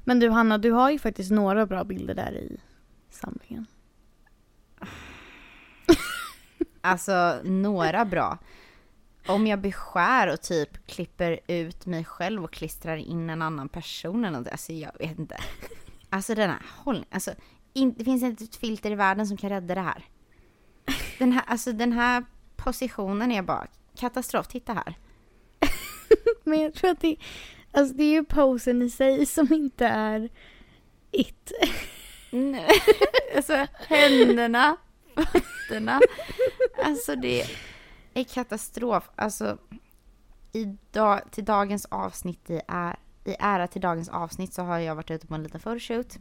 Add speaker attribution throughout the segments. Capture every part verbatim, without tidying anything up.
Speaker 1: Men du Hanna, du har ju faktiskt några bra bilder där i samlingen.
Speaker 2: Alltså, några bra. Om jag beskär och typ klipper ut mig själv och klistrar in en annan person eller något, alltså jag vet inte. Alltså den här hållningen, alltså in, det finns inte ett filter i världen som kan rädda det här. Den här, alltså den här positionen är bara katastrof, titta här.
Speaker 1: Men jag tror att det, alltså det är ju posen i sig som inte är it.
Speaker 2: Nej. Alltså händerna, fötterna. Alltså det är katastrof. Alltså i dag, till dagens avsnitt i, är, i ära till dagens avsnitt så har jag varit ute på en liten photoshoot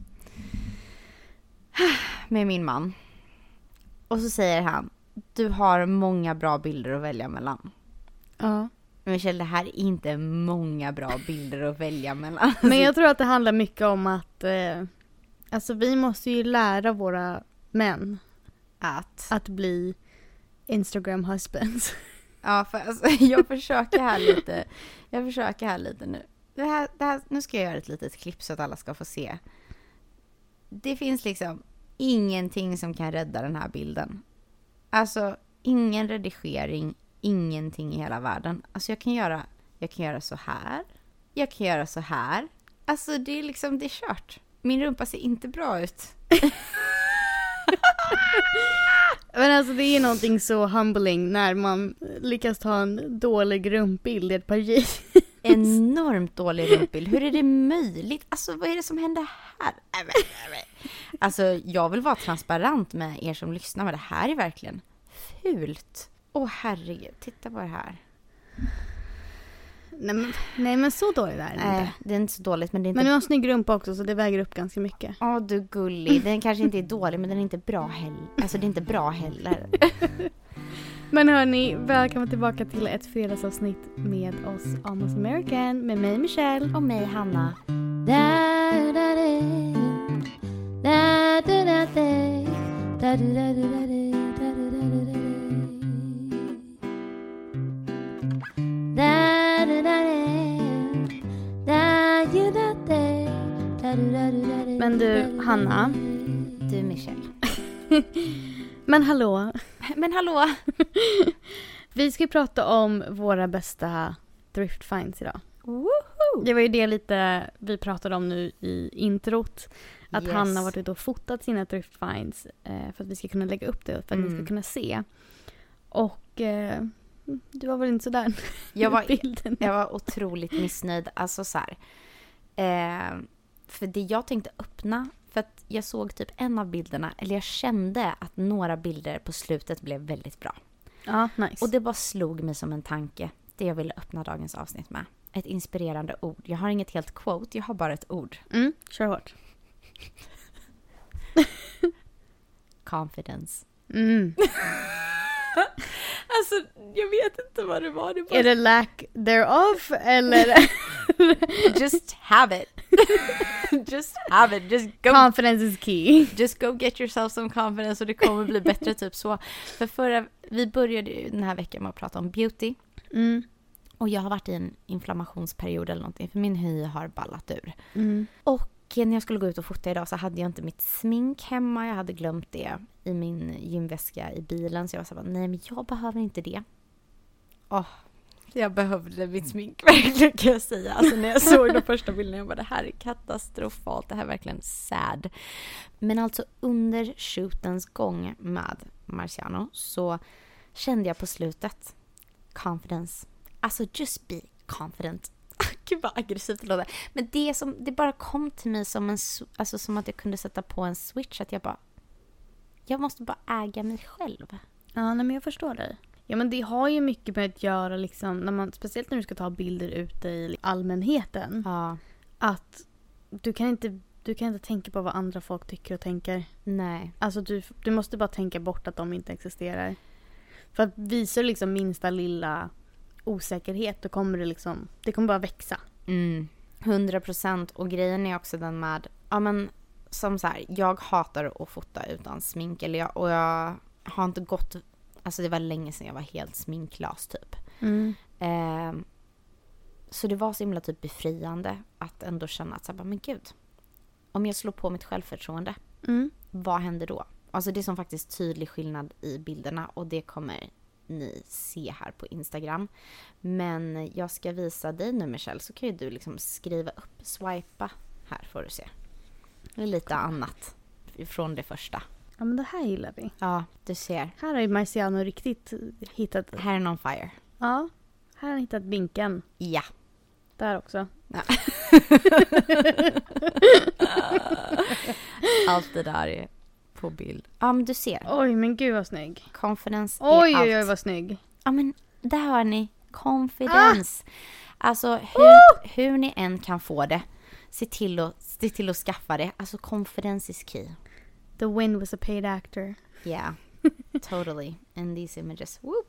Speaker 2: med min man. Och så säger han, du har många bra bilder att välja mellan.
Speaker 1: Ja.
Speaker 2: Men Michelle, det här är inte många bra bilder att välja mellan.
Speaker 1: Men jag tror att det handlar mycket om att eh, alltså vi måste ju lära våra män
Speaker 2: att,
Speaker 1: att bli Instagram husbands.
Speaker 2: Ja, för alltså, jag försöker här lite. Jag försöker här lite nu. Det här, det här, nu ska jag göra ett litet klipp så att alla ska få se. Det finns liksom ingenting som kan rädda den här bilden. Alltså, ingen redigering, ingenting i hela världen. Alltså jag kan göra, jag kan göra så här. Jag kan göra så här. Alltså det är liksom, det är kört. Min rumpa ser inte bra ut.
Speaker 1: Men alltså det är någonting så humbling när man lyckas ta en dålig rumpbild i ett par jeans.
Speaker 2: Enormt dålig rumpbild. Hur är det möjligt? Alltså vad är det som händer här? Alltså jag vill vara transparent med er som lyssnar, men det här är verkligen fult. Åh oh, herregud, titta på det här.
Speaker 1: Nej men, nej, men så dåligt är det
Speaker 2: Nej,
Speaker 1: inte.
Speaker 2: det är inte så dåligt. Men, det är inte...
Speaker 1: men du har en snygg rumpa också så det väger upp ganska mycket.
Speaker 2: Åh, du gullig. Den kanske inte är dålig, men den är inte bra heller. Alltså det är inte bra heller.
Speaker 1: Men hörni, välkommen tillbaka till ett fredagsavsnitt med oss Almost American. Med mig Michelle.
Speaker 2: Och mig Hanna.
Speaker 1: Men du, Hanna.
Speaker 2: Du, Michelle.
Speaker 1: Men hallå.
Speaker 2: Men hallå.
Speaker 1: Vi ska prata om våra bästa thrift finds idag.
Speaker 2: Woho!
Speaker 1: Det var ju det lite vi pratade om nu i introt. Att
Speaker 2: yes.
Speaker 1: Hanna har varit ute och fotat sina thrift finds eh, för att vi ska kunna lägga upp det för att mm. ni ska kunna se. Och eh, du var väl inte sådär
Speaker 2: jag var, jag var otroligt missnöjd. Alltså så här. Eh, för det jag tänkte öppna, för att jag såg typ en av bilderna, eller jag kände att några bilder på slutet blev väldigt bra.
Speaker 1: Ja, nice.
Speaker 2: Och det bara slog mig som en tanke, det jag ville öppna dagens avsnitt med. Ett inspirerande ord. Jag har inget helt quote, jag har bara ett ord.
Speaker 1: Mm, kör hårt.
Speaker 2: Confidence.
Speaker 1: Mm.
Speaker 2: Alltså, jag vet inte vad det var. Det bara...
Speaker 1: Är det lack thereof, eller?
Speaker 2: Just have it. Just have it. Just go.
Speaker 1: Confidence is key.
Speaker 2: Just go get yourself some confidence och det kommer bli bättre typ så. För förra, vi började ju den här veckan med att prata om beauty.
Speaker 1: Mm.
Speaker 2: Och jag har varit i en inflammationsperiod eller någonting, för min hy har ballat ur.
Speaker 1: Mm.
Speaker 2: Och när jag skulle gå ut och fota idag så hade jag inte mitt smink hemma. Jag hade glömt det i min gymväska i bilen. Så jag var så här, nej men jag behöver inte det. Åh, oh, jag behövde mitt smink verkligen, kan jag säga. Alltså när jag såg de första bilderna, jag bara, det här är katastrofalt. Det här är verkligen sad. Men alltså under shootens gång med Marciano så kände jag på slutet confidence. Alltså just be confident. Gud vad aggressivt det låter. Men det, som, det bara kom till mig som en, alltså som att jag kunde sätta på en switch. Att jag bara, jag måste bara äga mig själv.
Speaker 1: Ja, nej, men jag förstår dig. Ja, men det har ju mycket med att göra liksom, när man, speciellt när du ska ta bilder ute i allmänheten.
Speaker 2: Ja.
Speaker 1: Att du kan inte, du kan inte tänka på vad andra folk tycker och tänker.
Speaker 2: Nej.
Speaker 1: Alltså du, du måste bara tänka bort att de inte existerar. För att visar liksom minsta lilla osäkerhet, då kommer det liksom, det kommer bara växa.
Speaker 2: Mm. hundra procent. Och grejen är också den med, ja men som så här, jag hatar att fota utan smink, eller jag, och jag har inte gått, alltså det var länge sedan jag var helt sminklös typ.
Speaker 1: Mm.
Speaker 2: Eh, så det var så himla typ befriande att ändå känna att så här, men gud, om jag slår på mitt självförtroende,
Speaker 1: Mm.
Speaker 2: vad händer då? Alltså det är som faktiskt tydlig skillnad i bilderna och det kommer ni se här på Instagram. Men jag ska visa dig nu, Michelle, så kan ju du liksom skriva upp, swipa här får du se. Det är lite annat från det första.
Speaker 1: Ja, men det här gillar vi.
Speaker 2: Ja, du ser.
Speaker 1: Här har ju Marciano riktigt hittat...
Speaker 2: Här är någon fire.
Speaker 1: Ja, här har han hittat vinkeln.
Speaker 2: Ja.
Speaker 1: Där också.
Speaker 2: Ja. Allt det där är på bild. Ja, men du ser.
Speaker 1: Oj, men gud vad snygg.
Speaker 2: Confidence är
Speaker 1: Oj,
Speaker 2: allt.
Speaker 1: oj, oj vad snygg.
Speaker 2: Ja, men där hör ni. Confidence. Ah! Alltså hur,
Speaker 1: Oh!
Speaker 2: hur ni än kan få det. Se till, att, se till att skaffa det. Alltså confidence is key.
Speaker 1: The wind was a paid actor.
Speaker 2: Yeah, totally. And these images. Whoop.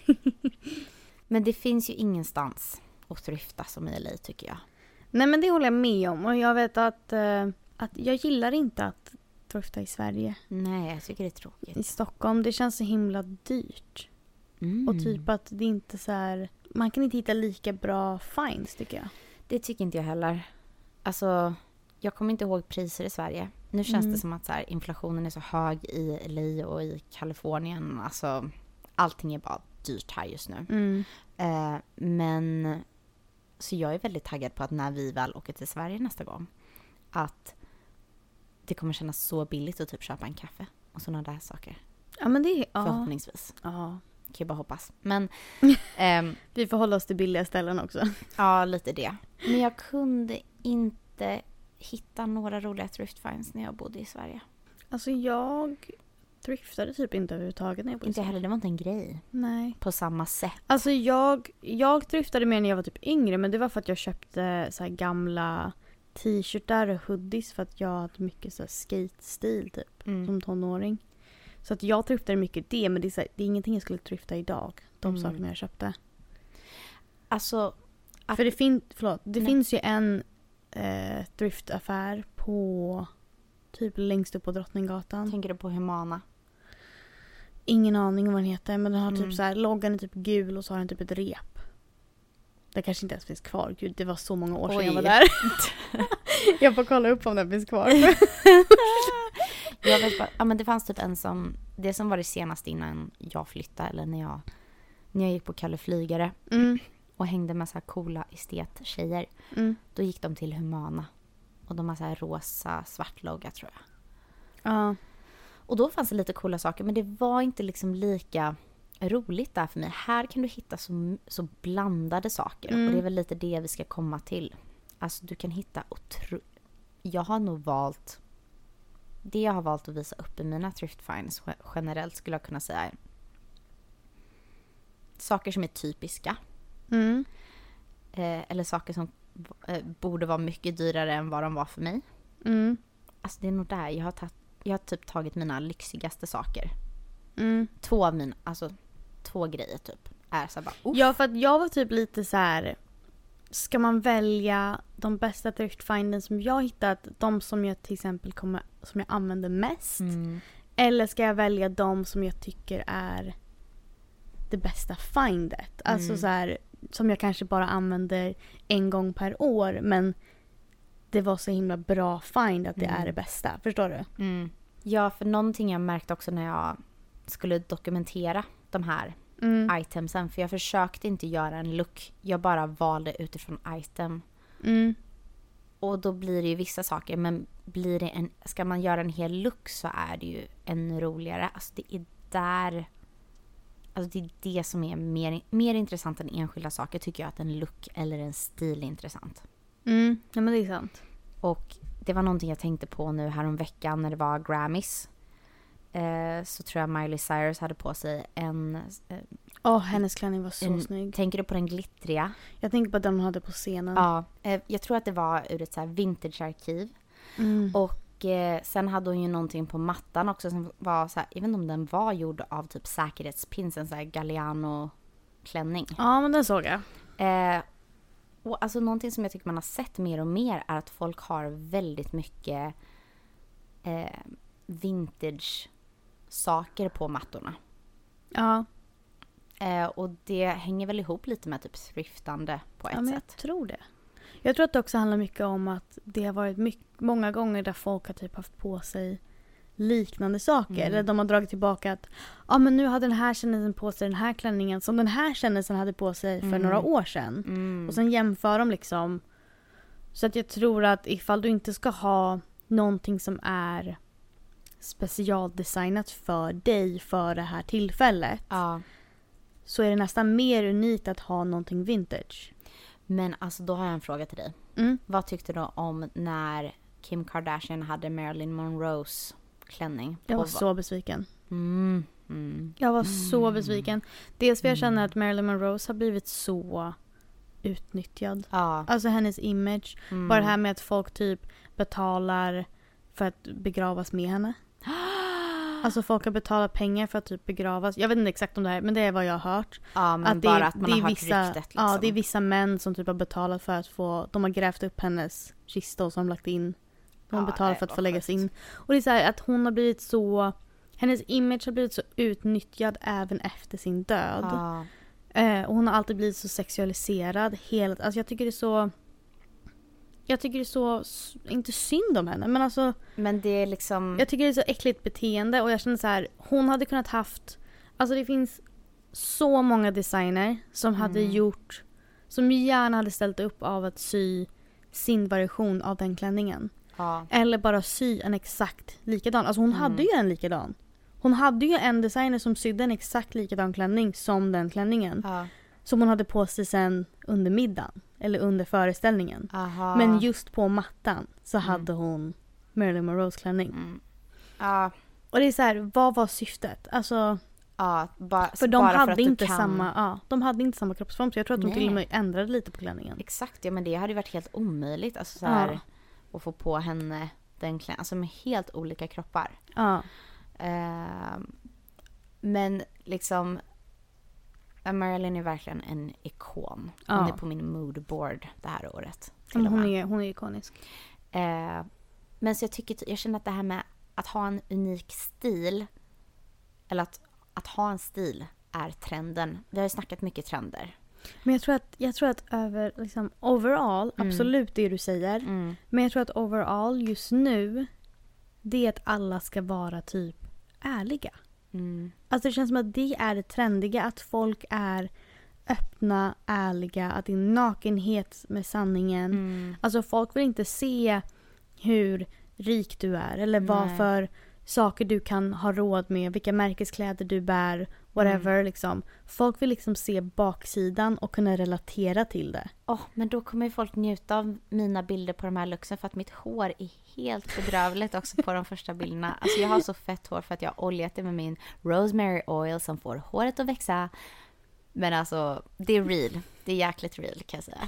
Speaker 2: Men det finns ju ingenstans att thrifta som i L A tycker jag.
Speaker 1: Nej, men det håller jag med om. Och jag vet att, eh, att jag gillar inte att thrifta i Sverige.
Speaker 2: Nej, jag tycker det är tråkigt.
Speaker 1: I Stockholm, det känns så himla dyrt.
Speaker 2: Mm.
Speaker 1: Och typ att det inte så här... Man kan inte hitta lika bra finds tycker jag.
Speaker 2: Det tycker inte jag heller. Alltså, jag kommer inte ihåg priser i Sverige. Nu känns
Speaker 1: Mm.
Speaker 2: det som att så här, inflationen är så hög i L A och i Kalifornien. Alltså, allting är bara dyrt här just nu.
Speaker 1: Mm.
Speaker 2: Eh, men, så jag är väldigt taggad på att när vi väl åker till Sverige nästa gång, att det kommer kännas så billigt att typ köpa en kaffe och sådana där saker.
Speaker 1: Ja, men det är... Ja.
Speaker 2: Förhoppningsvis.
Speaker 1: Ja.
Speaker 2: Kan jag bara hoppas. Men, ehm,
Speaker 1: Vi får hålla oss till billiga ställen också.
Speaker 2: ja, lite det. Men jag kunde inte hitta några roliga thrift finds när jag bodde i Sverige.
Speaker 1: Alltså jag thriftade typ inte överhuvudtaget när jag bodde i
Speaker 2: Inte
Speaker 1: Sverige.
Speaker 2: heller, det var inte en grej
Speaker 1: Nej.
Speaker 2: på samma sätt.
Speaker 1: Alltså jag, jag thriftade mer när jag var typ yngre. Men det var för att jag köpte så här gamla t-shirtar och hoodies. För att jag hade mycket så här skate-stil typ.
Speaker 2: Mm.
Speaker 1: Som tonåring. Så att jag thriftade mycket det. Men det är, så här, det är ingenting jag skulle thrifta idag. De
Speaker 2: Mm.
Speaker 1: sakerna jag köpte.
Speaker 2: Alltså, att,
Speaker 1: För det, fin- förlåt, det
Speaker 2: Nej.
Speaker 1: finns ju en eh, thriftaffär på typ längst upp på Drottninggatan.
Speaker 2: tänker du på Humana?
Speaker 1: Ingen aning om vad den heter. Men den har
Speaker 2: Mm.
Speaker 1: typ så här, loggan är typ gul och så har den typ ett rep. Det kanske inte ens finns kvar. Gud, det var så många år sedan
Speaker 2: Oj.
Speaker 1: jag var där. Jag får kolla upp om den finns kvar.
Speaker 2: Jag vet bara, ja men det fanns typ en som, det som var det senaste innan jag flyttade, eller när jag, när jag gick på Kalle Flygare
Speaker 1: Mm,
Speaker 2: och hängde med så här coola estet-tjejer.
Speaker 1: mm.
Speaker 2: Då gick de till Humana. Och de har så här rosa, svart logga tror jag.
Speaker 1: Ja.
Speaker 2: Och då fanns det lite coola saker, men det var inte liksom lika roligt där för mig. Här kan du hitta så, så blandade saker.
Speaker 1: Mm.
Speaker 2: Och det är väl lite det vi ska komma till. Alltså du kan hitta otro... Jag har nog valt... Det jag har valt att visa upp i mina thrift finds generellt skulle jag kunna säga är saker som är typiska.
Speaker 1: Mm.
Speaker 2: Eh, eller saker som eh, borde vara mycket dyrare än vad de var för mig.
Speaker 1: Mm.
Speaker 2: Alltså det är nog där. Jag har, tatt, jag har typ tagit mina lyxigaste saker.
Speaker 1: Mm.
Speaker 2: Två av mina, alltså två grejer typ. Är så här bara, oh.
Speaker 1: Ja, för att jag var typ lite så här. Ska man välja de bästa thrift finden som jag hittat, de som jag till exempel kommer, som jag använder mest,
Speaker 2: Mm.
Speaker 1: eller ska jag välja de som jag tycker är det bästa findet? Alltså
Speaker 2: Mm.
Speaker 1: så här, som jag kanske bara använder en gång per år, men det var så himla bra find att det
Speaker 2: Mm.
Speaker 1: är det bästa. Förstår du?
Speaker 2: Mm. Ja, för någonting jag märkte också när jag skulle dokumentera de här
Speaker 1: Mm.
Speaker 2: itemsen. För jag försökte inte göra en look. Jag bara valde utifrån item.
Speaker 1: Mm.
Speaker 2: Och då blir det ju vissa saker. Men blir det en, ska man göra en hel look så är det ju ännu roligare. Alltså det är där... Alltså det är det som är mer, mer intressant än enskilda saker tycker jag. Att en look eller en stil är intressant.
Speaker 1: Mm. Ja, men det är sant.
Speaker 2: Och det var någonting jag tänkte på nu här om veckan när det var Grammys. Eh, så tror jag Miley Cyrus hade på sig en... Eh,
Speaker 1: Åh, hennes klänning var så
Speaker 2: en
Speaker 1: snygg.
Speaker 2: tänker du på den glittriga?
Speaker 1: Jag tänker på att den hon hade på scenen.
Speaker 2: Ja. Eh, jag tror att det var ur ett så här vintage-arkiv.
Speaker 1: Mm.
Speaker 2: Och eh, sen hade hon ju någonting på mattan också som var så här, jag vet inte om den var gjord av typ säkerhetspins, en så här Galliano-klänning.
Speaker 1: Ja, men den såg jag.
Speaker 2: Eh, och alltså någonting som jag tycker man har sett mer och mer är att folk har väldigt mycket eh, vintage-saker på mattorna.
Speaker 1: Ja,
Speaker 2: Eh, och det hänger väl ihop lite med typ thriftande på ett
Speaker 1: ja men
Speaker 2: sätt.
Speaker 1: jag tror det. Jag tror att det också handlar mycket om att det har varit mycket, många gånger där folk har typ haft på sig liknande saker.
Speaker 2: Mm.
Speaker 1: Eller de har dragit tillbaka att ja, men nu hade den här kändisen på sig den här klänningen som den här kändisen hade på sig för
Speaker 2: Mm.
Speaker 1: några år sedan.
Speaker 2: Mm.
Speaker 1: Och sen jämför de liksom. Så att jag tror att ifall du inte ska ha någonting som är specialdesignat för dig för det här tillfället.
Speaker 2: Ja.
Speaker 1: Så är det nästan mer unikt att ha någonting vintage.
Speaker 2: Men alltså då har jag en fråga till dig.
Speaker 1: Mm.
Speaker 2: Vad tyckte du om när Kim Kardashian hade Marilyn Monroes klänning?
Speaker 1: Jag var
Speaker 2: På-
Speaker 1: så besviken.
Speaker 2: Mm. Mm.
Speaker 1: Jag var så
Speaker 2: Mm.
Speaker 1: besviken. Dels för jag känner
Speaker 2: Mm.
Speaker 1: att Marilyn Monroe har blivit så utnyttjad.
Speaker 2: Ja.
Speaker 1: Alltså hennes image.
Speaker 2: Mm.
Speaker 1: Bara det här med att folk typ betalar för att begravas med henne. Alltså folk har betalat pengar för att typ begravas. Jag vet inte exakt om det här, men det är vad jag har hört.
Speaker 2: Ja, men
Speaker 1: att det,
Speaker 2: bara att man
Speaker 1: det
Speaker 2: har
Speaker 1: är
Speaker 2: hört
Speaker 1: vissa,
Speaker 2: ryktet liksom.
Speaker 1: Ja, det är vissa män som typ har betalat för att få, de har grävt upp hennes kista och som lagt in. De har
Speaker 2: Ja,
Speaker 1: betalat
Speaker 2: nej,
Speaker 1: för att
Speaker 2: vad
Speaker 1: få läggas
Speaker 2: sjukt.
Speaker 1: in. Och det är så här att hon har blivit så, hennes image har blivit så utnyttjad även efter sin död.
Speaker 2: Ja.
Speaker 1: Eh, och hon har alltid blivit så sexualiserad. Helt, alltså jag tycker det är så, jag tycker det är så, inte synd om henne, men alltså
Speaker 2: Men det är liksom...
Speaker 1: jag tycker det är så äckligt beteende och jag känner så här, hon hade kunnat haft, alltså det finns så många designer som hade
Speaker 2: Mm.
Speaker 1: gjort, som gärna hade ställt upp av att sy sin version av den klänningen.
Speaker 2: Ja.
Speaker 1: Eller bara sy en exakt likadan. Alltså hon
Speaker 2: Mm.
Speaker 1: hade ju en likadan. Hon hade ju en designer som sydde en exakt likadan klänning som den klänningen.
Speaker 2: Ja.
Speaker 1: Som hon hade på sig sen under middagen. Eller under föreställningen.
Speaker 2: Aha.
Speaker 1: Men just på mattan så
Speaker 2: Mm.
Speaker 1: hade hon Marilyn Monroes klänning.
Speaker 2: Mm. Ja.
Speaker 1: Och det är så här, vad var syftet? Alltså,
Speaker 2: Ja, ba,
Speaker 1: för de
Speaker 2: bara för
Speaker 1: hade
Speaker 2: att du
Speaker 1: inte
Speaker 2: kan...
Speaker 1: samma, ja, de hade inte samma kroppsform. Så jag tror att de
Speaker 2: Nej.
Speaker 1: till och med ändrade lite på klänningen.
Speaker 2: Exakt, ja men det hade ju varit helt omöjligt alltså, så här,
Speaker 1: Ja.
Speaker 2: att få på henne den klänningen. Alltså med helt olika kroppar.
Speaker 1: Ja.
Speaker 2: Ehm, men liksom Marilyn är verkligen en ikon. Hon
Speaker 1: Ja.
Speaker 2: är på min moodboard det här året. till
Speaker 1: Men
Speaker 2: och
Speaker 1: hon,
Speaker 2: med.
Speaker 1: är, hon är ikonisk.
Speaker 2: Eh, men så jag tycker, jag känner att det här med att ha en unik stil, eller att, att ha en stil är trenden. Vi har ju snackat mycket trender.
Speaker 1: Men jag tror att, jag tror att över, liksom, overall,
Speaker 2: Mm.
Speaker 1: absolut det du säger.
Speaker 2: Mm.
Speaker 1: Men jag tror att overall just nu, det är att alla ska vara typ ärliga.
Speaker 2: Mm.
Speaker 1: Alltså det känns som att det är det trendiga, att folk är öppna, ärliga, att det är nakenhet med sanningen.
Speaker 2: Mm.
Speaker 1: Alltså folk vill inte se hur rik du är eller vad
Speaker 2: Nej.
Speaker 1: för saker du kan ha råd med, vilka märkeskläder du bär, whatever
Speaker 2: Mm.
Speaker 1: liksom. Folk vill liksom se baksidan och kunna relatera till det.
Speaker 2: Åh, men då kommer ju folk njuta av mina bilder på de här luxen för att mitt hår är helt bedrövligt också på de första bilderna. Alltså jag har så fett hår för att jag har oljat det med min rosemary oil som får håret att växa. Men alltså, det är real. Det är jäkligt real kan jag säga.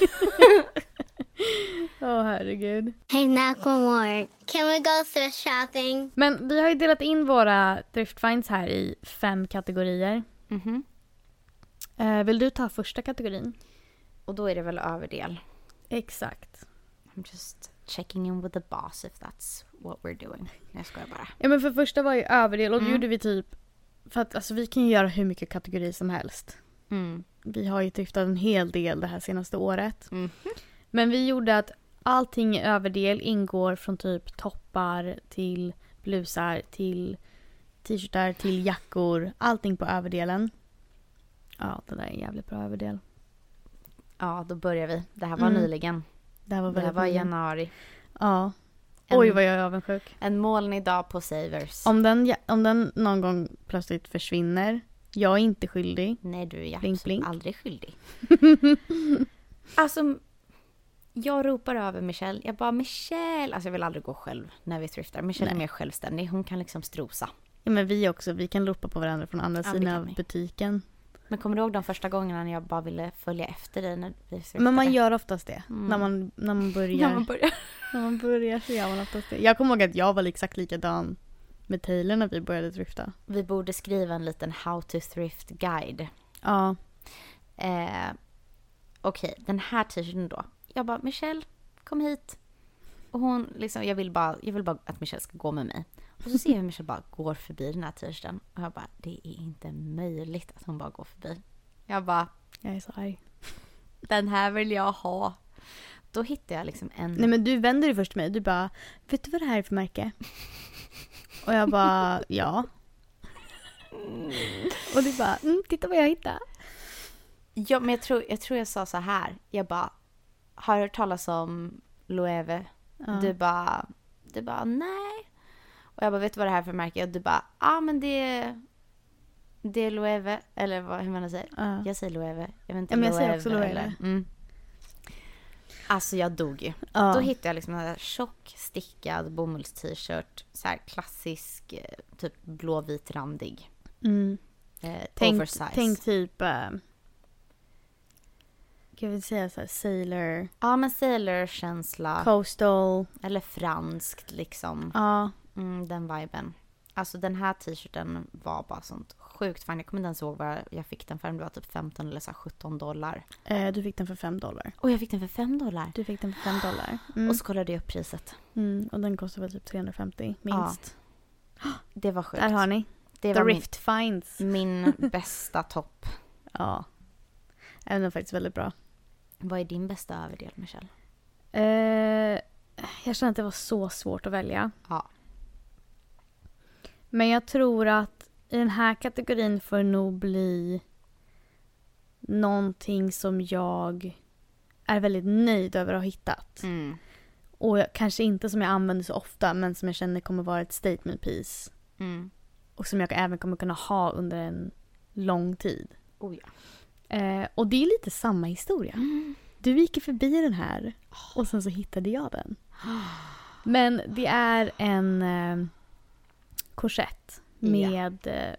Speaker 1: Åh oh, herregud.
Speaker 3: Hey, Nakamura, can we go thrift shopping?
Speaker 1: Men vi har ju delat in våra thrift finds här i fem kategorier.
Speaker 2: Mhm.
Speaker 1: Eh, vill du ta första kategorin?
Speaker 2: Och då är det väl överdel.
Speaker 1: Exakt.
Speaker 2: I'm just checking in with the boss if that's what we're doing. Jag skojar bara.
Speaker 1: Ja men för första var ju överdel och då
Speaker 2: Mm.
Speaker 1: gjorde vi typ, för att alltså vi kan ju göra hur mycket kategorier som helst.
Speaker 2: Mm.
Speaker 1: Vi har ju thriftat en hel del det här senaste året.
Speaker 2: Mm.
Speaker 1: Men vi gjorde att allting i överdel ingår från typ toppar till blusar till t-shirtar till jackor. Allting på överdelen. Ja, det där är en jävligt bra överdel.
Speaker 2: Ja, då börjar vi. Det här var
Speaker 1: Mm.
Speaker 2: nyligen.
Speaker 1: Det här var
Speaker 2: Det här
Speaker 1: väldigt
Speaker 2: var i
Speaker 1: nyligen.
Speaker 2: januari.
Speaker 1: Ja.
Speaker 2: En,
Speaker 1: Oj vad jag är avundsjuk.
Speaker 2: en molnig dag på Savers.
Speaker 1: Om den, ja- om den någon gång plötsligt försvinner, jag är inte skyldig.
Speaker 2: Nej, du är
Speaker 1: Blink,
Speaker 2: absolut
Speaker 1: blink.
Speaker 2: aldrig skyldig. Alltså, jag ropar över Michelle. Jag bara, Michelle. Alltså jag vill aldrig gå själv när vi thriftar. Michelle
Speaker 1: Nej.
Speaker 2: är mer självständig. Hon kan liksom strosa.
Speaker 1: Ja, men vi också, vi kan ropa på varandra från andra
Speaker 2: Ja, det
Speaker 1: sidan
Speaker 2: kan
Speaker 1: av
Speaker 2: vi.
Speaker 1: butiken.
Speaker 2: Men kommer du ihåg de första gångerna när jag bara ville följa efter dig när vi thriftade?
Speaker 1: Men man gör oftast det.
Speaker 2: Mm.
Speaker 1: När, man, när man börjar.
Speaker 2: När man börjar.
Speaker 1: När man börjar så gör man oftast det. Jag kommer ihåg att jag var exakt likadan med Taylor när vi började thrifta.
Speaker 2: Vi borde skriva en liten how to thrift guide.
Speaker 1: Ja.
Speaker 2: Eh, Okej, den här t-shirten då. Jag bara, Michelle, kom hit. Och hon liksom, jag vill bara, jag vill bara att Michelle ska gå med mig. Och så ser jag hur Michelle bara går förbi den här t-shirten. Och jag bara, det är inte möjligt att hon bara går förbi. Jag bara,
Speaker 1: Jag är så arg.
Speaker 2: den här vill jag ha. då hittade jag liksom en...
Speaker 1: Nej men du vänder dig först till mig. Du bara, vet du vad det här är för märke? Och jag bara, ja. Och du bara, mm, titta vad jag hittade.
Speaker 2: Ja, men jag tror, jag tror jag sa så här. Jag bara, har du hört talas om Loewe?
Speaker 1: Ja.
Speaker 2: Du bara, du bara, nej. Och jag bara, vet du vad det här är för märke? Och du bara, ja ah, men det är, det är Loewe. Eller vad, hur man säger.
Speaker 1: Ja.
Speaker 2: Jag säger Loewe. Jag vet inte,
Speaker 1: Ja, men jag säger
Speaker 2: Loewe
Speaker 1: också Loewe.
Speaker 2: eller- Mm. Alltså jag dog ju.
Speaker 1: Ja.
Speaker 2: Då hittade jag liksom en här tjock, stickad bomullst-t-shirt. Så här klassisk, eh, typ blåvit-randig.
Speaker 1: Mm.
Speaker 2: Eh,
Speaker 1: Tänk,
Speaker 2: oversize.
Speaker 1: tänk typ, äh, kan vi säga så här, sailor,
Speaker 2: Ja, men sailor-känsla.
Speaker 1: coastal.
Speaker 2: Eller franskt liksom.
Speaker 1: Ja.
Speaker 2: Mm, den viben. Alltså den här t-shirten var bara sånt sjukt fan. Jag kommer inte ens ihåg vad jag fick den för. Det var typ femton eller så här sjutton dollar.
Speaker 1: Eh, du fick den för fem dollar.
Speaker 2: Och jag fick den för fem dollar.
Speaker 1: Du fick den för fem dollar. Mm.
Speaker 2: Och så kollade jag upp priset.
Speaker 1: Mm. Och den kostar väl typ trehundrafemtio minst.
Speaker 2: Det var sjukt.
Speaker 1: Där har ni.
Speaker 2: Det
Speaker 1: The
Speaker 2: var min,
Speaker 1: Rift Finds.
Speaker 2: min bästa topp.
Speaker 1: Ja. Den är faktiskt väldigt bra.
Speaker 2: Vad är din bästa överdel, Michelle?
Speaker 1: Eh, jag känner att det var så svårt att välja.
Speaker 2: Ja.
Speaker 1: Men jag tror att i den här kategorin får det nog bli någonting som jag är väldigt nöjd över att ha hittat.
Speaker 2: Mm.
Speaker 1: Och jag, kanske inte som jag använder så ofta, men som jag känner kommer vara ett statement piece.
Speaker 2: Mm.
Speaker 1: Och som jag även kommer kunna ha under en lång tid.
Speaker 2: Oh ja.
Speaker 1: Eh, och det är lite samma historia.
Speaker 2: Mm.
Speaker 1: Du gick förbi den här och sen så hittade jag den. Men det är en eh, korsett med eh,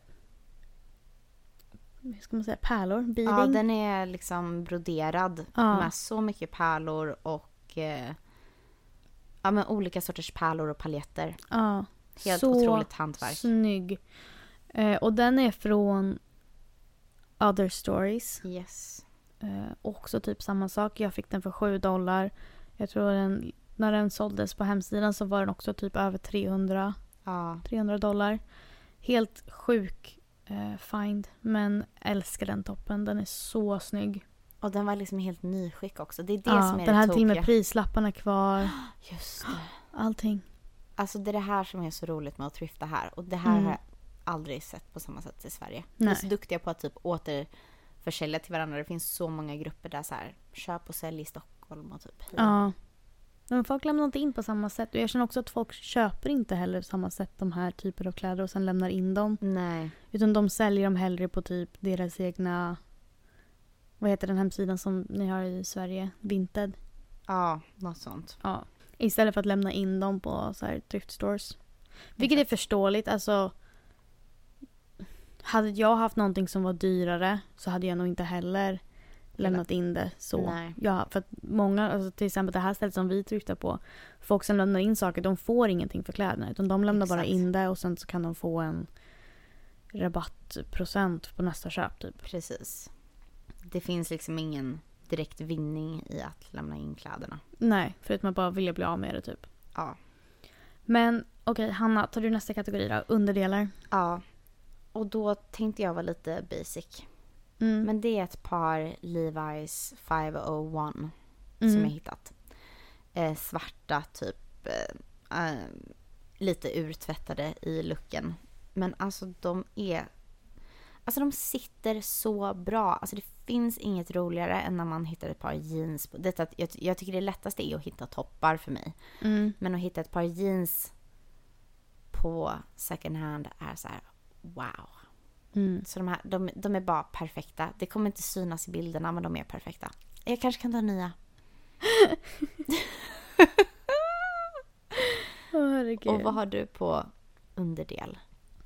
Speaker 1: hur ska man säga, pärlor, beading.
Speaker 2: Ja, den är liksom broderad
Speaker 1: Ja.
Speaker 2: med så mycket pärlor och eh, ja, men olika sorters pärlor och paljetter.
Speaker 1: Ja,
Speaker 2: Helt
Speaker 1: så
Speaker 2: otroligt hantverk.
Speaker 1: snygg. Eh, och den är från Other Stories.
Speaker 2: Yes.
Speaker 1: Eh, också typ samma sak. Jag fick den för sju dollar. Jag tror den, när den såldes på hemsidan så var den också typ över trehundra,
Speaker 2: Ja.
Speaker 1: trehundra dollar. Helt sjuk eh, find. Men älskar den toppen. Den är så snygg.
Speaker 2: Och den var liksom helt nyskick också. Det är det
Speaker 1: Ja,
Speaker 2: som är
Speaker 1: den
Speaker 2: det
Speaker 1: hade till och med
Speaker 2: tokiga.
Speaker 1: prislapparna kvar.
Speaker 2: Just det.
Speaker 1: Allting.
Speaker 2: Alltså det är det här som är så roligt med att thrifta här. Och det här
Speaker 1: Mm.
Speaker 2: har jag aldrig sett på samma sätt i Sverige. Vi är
Speaker 1: Nej.
Speaker 2: så duktiga på att typ återförsälja till varandra. Det finns så många grupper där så här köp och sälj i Stockholm och typ.
Speaker 1: Ja. Men folk lämnar inte in på samma sätt. Och jag känner också att folk köper inte heller på samma sätt de här typer av kläder och sen lämnar in dem.
Speaker 2: Nej.
Speaker 1: Utan de säljer dem hellre på typ deras egna, vad heter den hemsidan som ni har i Sverige? Vinted.
Speaker 2: Ja, något sånt.
Speaker 1: Ja. Istället för att lämna in dem på så här thrift stores. Vilket är förståeligt. Alltså, hade jag haft någonting som var dyrare så hade jag nog inte heller lämnat in det så.
Speaker 2: Nej.
Speaker 1: Ja, för att många, alltså till exempel det här stället som vi tryckte på, folk som lämnar in saker, de får ingenting för kläderna. Utan de lämnar bara
Speaker 2: Exakt.
Speaker 1: in det och sen så kan de få en rabattprocent på nästa köp typ.
Speaker 2: Precis. Det finns liksom ingen direkt vinning i att lämna in kläderna.
Speaker 1: Nej, förutom att bara vilja bli av med det typ.
Speaker 2: Ja.
Speaker 1: Men okej, Hanna, tar du nästa kategori då? Underdelar.
Speaker 2: Ja. Och då tänkte jag vara lite basic.
Speaker 1: Mm.
Speaker 2: Men det är ett par Levi's femhundraett som
Speaker 1: Mm.
Speaker 2: jag hittat. Eh, svarta typ. Eh, eh, lite urtvättade i looken. Men alltså de är... Alltså de sitter så bra. Alltså det finns inget roligare än när man hittar ett par jeans. På. Detta, jag, jag tycker det lättaste är att hitta toppar för mig.
Speaker 1: Mm.
Speaker 2: Men att hitta ett par jeans på second hand är så här, wow.
Speaker 1: Mm.
Speaker 2: Så de här, de, de är bara perfekta. Det kommer inte synas i bilderna, men de är perfekta. Jag kanske kan ta nya.
Speaker 1: Åh, herregud.
Speaker 2: Och vad har du på underdel?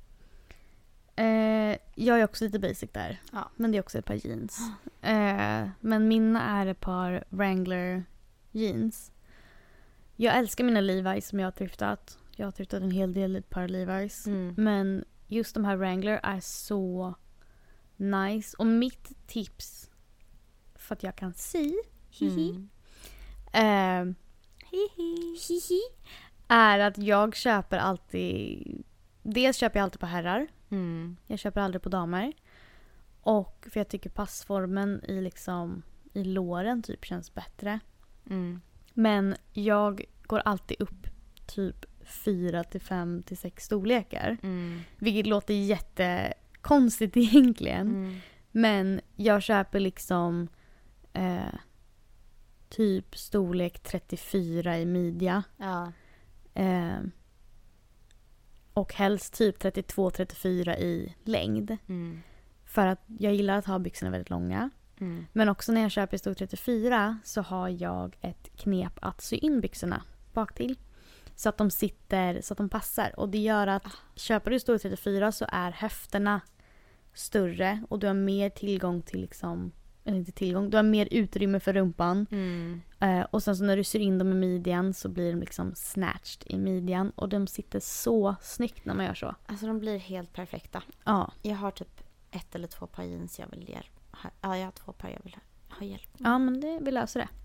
Speaker 1: Eh, jag är också lite basic där.
Speaker 2: Ja.
Speaker 1: Men det är också ett par jeans. Eh, men mina är ett par Wrangler jeans. Jag älskar mina Levi's som jag har thriftat. Jag har thriftat en hel del ett par Levi's.
Speaker 2: Mm.
Speaker 1: Men just de här Wrangler är så nice. Och mitt tips, för att jag kan sy, hihi,
Speaker 2: Mm.
Speaker 1: eh,
Speaker 2: Hihi.
Speaker 1: hihi, är att jag köper alltid, dels köper jag alltid på herrar.
Speaker 2: Mm.
Speaker 1: Jag köper aldrig på damer. Och för jag tycker passformen i liksom i låren typ känns bättre.
Speaker 2: Mm.
Speaker 1: Men jag går alltid upp typ fyra till fem till sex storlekar.
Speaker 2: Mm.
Speaker 1: Vilket låter jättekonstigt egentligen.
Speaker 2: Mm.
Speaker 1: Men jag köper liksom eh, typ storlek trettiofyra i midja.
Speaker 2: Ja.
Speaker 1: Eh, och helst typ trettiotvå trettiofyra i längd.
Speaker 2: Mm.
Speaker 1: För att jag gillar att ha byxorna väldigt långa.
Speaker 2: Mm.
Speaker 1: Men också när jag köper i storlek trettiofyra så har jag ett knep att sy in byxorna bak till. Så att de sitter, så att de passar. Och det gör att
Speaker 2: Ah.
Speaker 1: köper du i storlek trettiofyra så är höfterna större. Och du har mer tillgång till liksom, eller inte tillgång, du har mer utrymme för rumpan.
Speaker 2: Mm.
Speaker 1: Eh, och sen så när du syr in dem i midjan så blir de liksom snatched i midjan. Och de sitter så snyggt när man gör så.
Speaker 2: Alltså de blir helt perfekta.
Speaker 1: Ja,
Speaker 2: Jag har typ ett eller två par jeans jag vill ge. Ja, jag har två par jag vill ha hjälp.
Speaker 1: ja men det, vi löser det.